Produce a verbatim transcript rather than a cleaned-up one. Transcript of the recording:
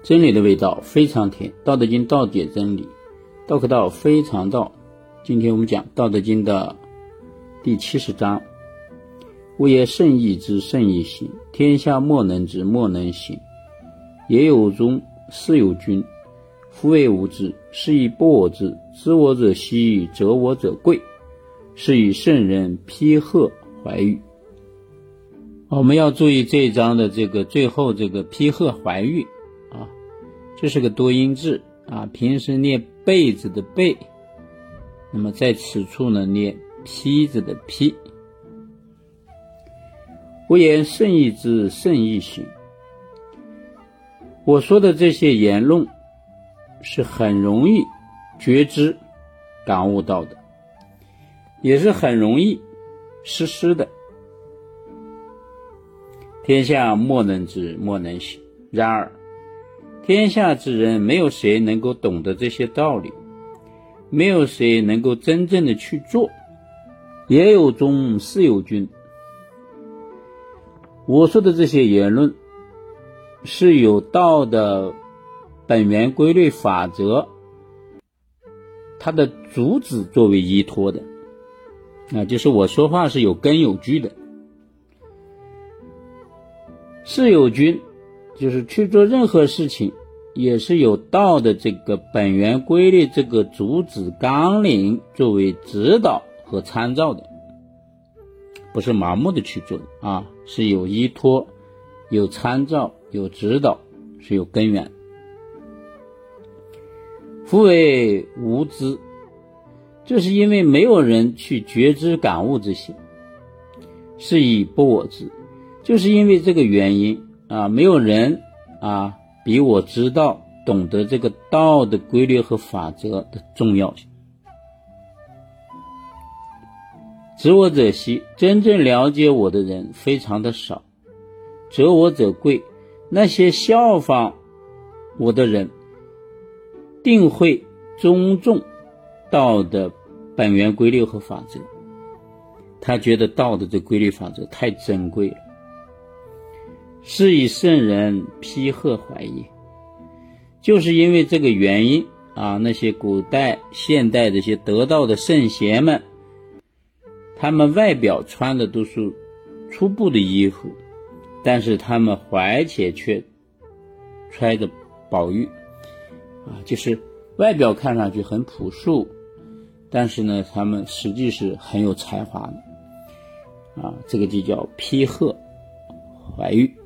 真理的味道非常甜，道德经道解真理，道可道非常道。今天我们讲道德经的第七十章，吾言圣义之圣义行，天下莫能之莫能行。也有中，斯有君，夫为无知，是以不我知。知我者希，责我者贵，是以圣人批贺怀玉。我们要注意这一章的这个最后这个批贺怀玉啊，这是个多音字啊，平时念被字的被，那么在此处呢念批字的批。吾言圣义之圣义行，我说的这些言论是很容易觉知感悟到的，也是很容易实施的。天下莫能知莫能行，然而天下之人没有谁能够懂得这些道理，没有谁能够真正的去做。也有中，斯有君，我说的这些言论是有道的本源规律法则，它的主旨作为依托的啊，就是我说话是有根有据的。是有君，就是去做任何事情也是有道的这个本源规律，这个主旨纲领作为指导和参照的，不是盲目的去做的啊，是有依托有参照有指导，是有根源。夫为无知，就是因为没有人去觉知感悟这些，是以不我知，就是因为这个原因啊，没有人啊比我知道懂得这个道的规律和法则的重要性。知我者希，真正了解我的人非常的少。责我者贵，那些效仿我的人定会尊重道的本源规律和法则，他觉得道的这规律法则太珍贵了。是以圣人批贺怀也，就是因为这个原因啊，那些古代现代这些得道的圣贤们，他们外表穿的都是粗布的衣服，但是他们怀且却揣着宝玉啊，就是外表看上去很朴素，但是呢他们实际是很有才华的啊，这个就叫批贺怀玉。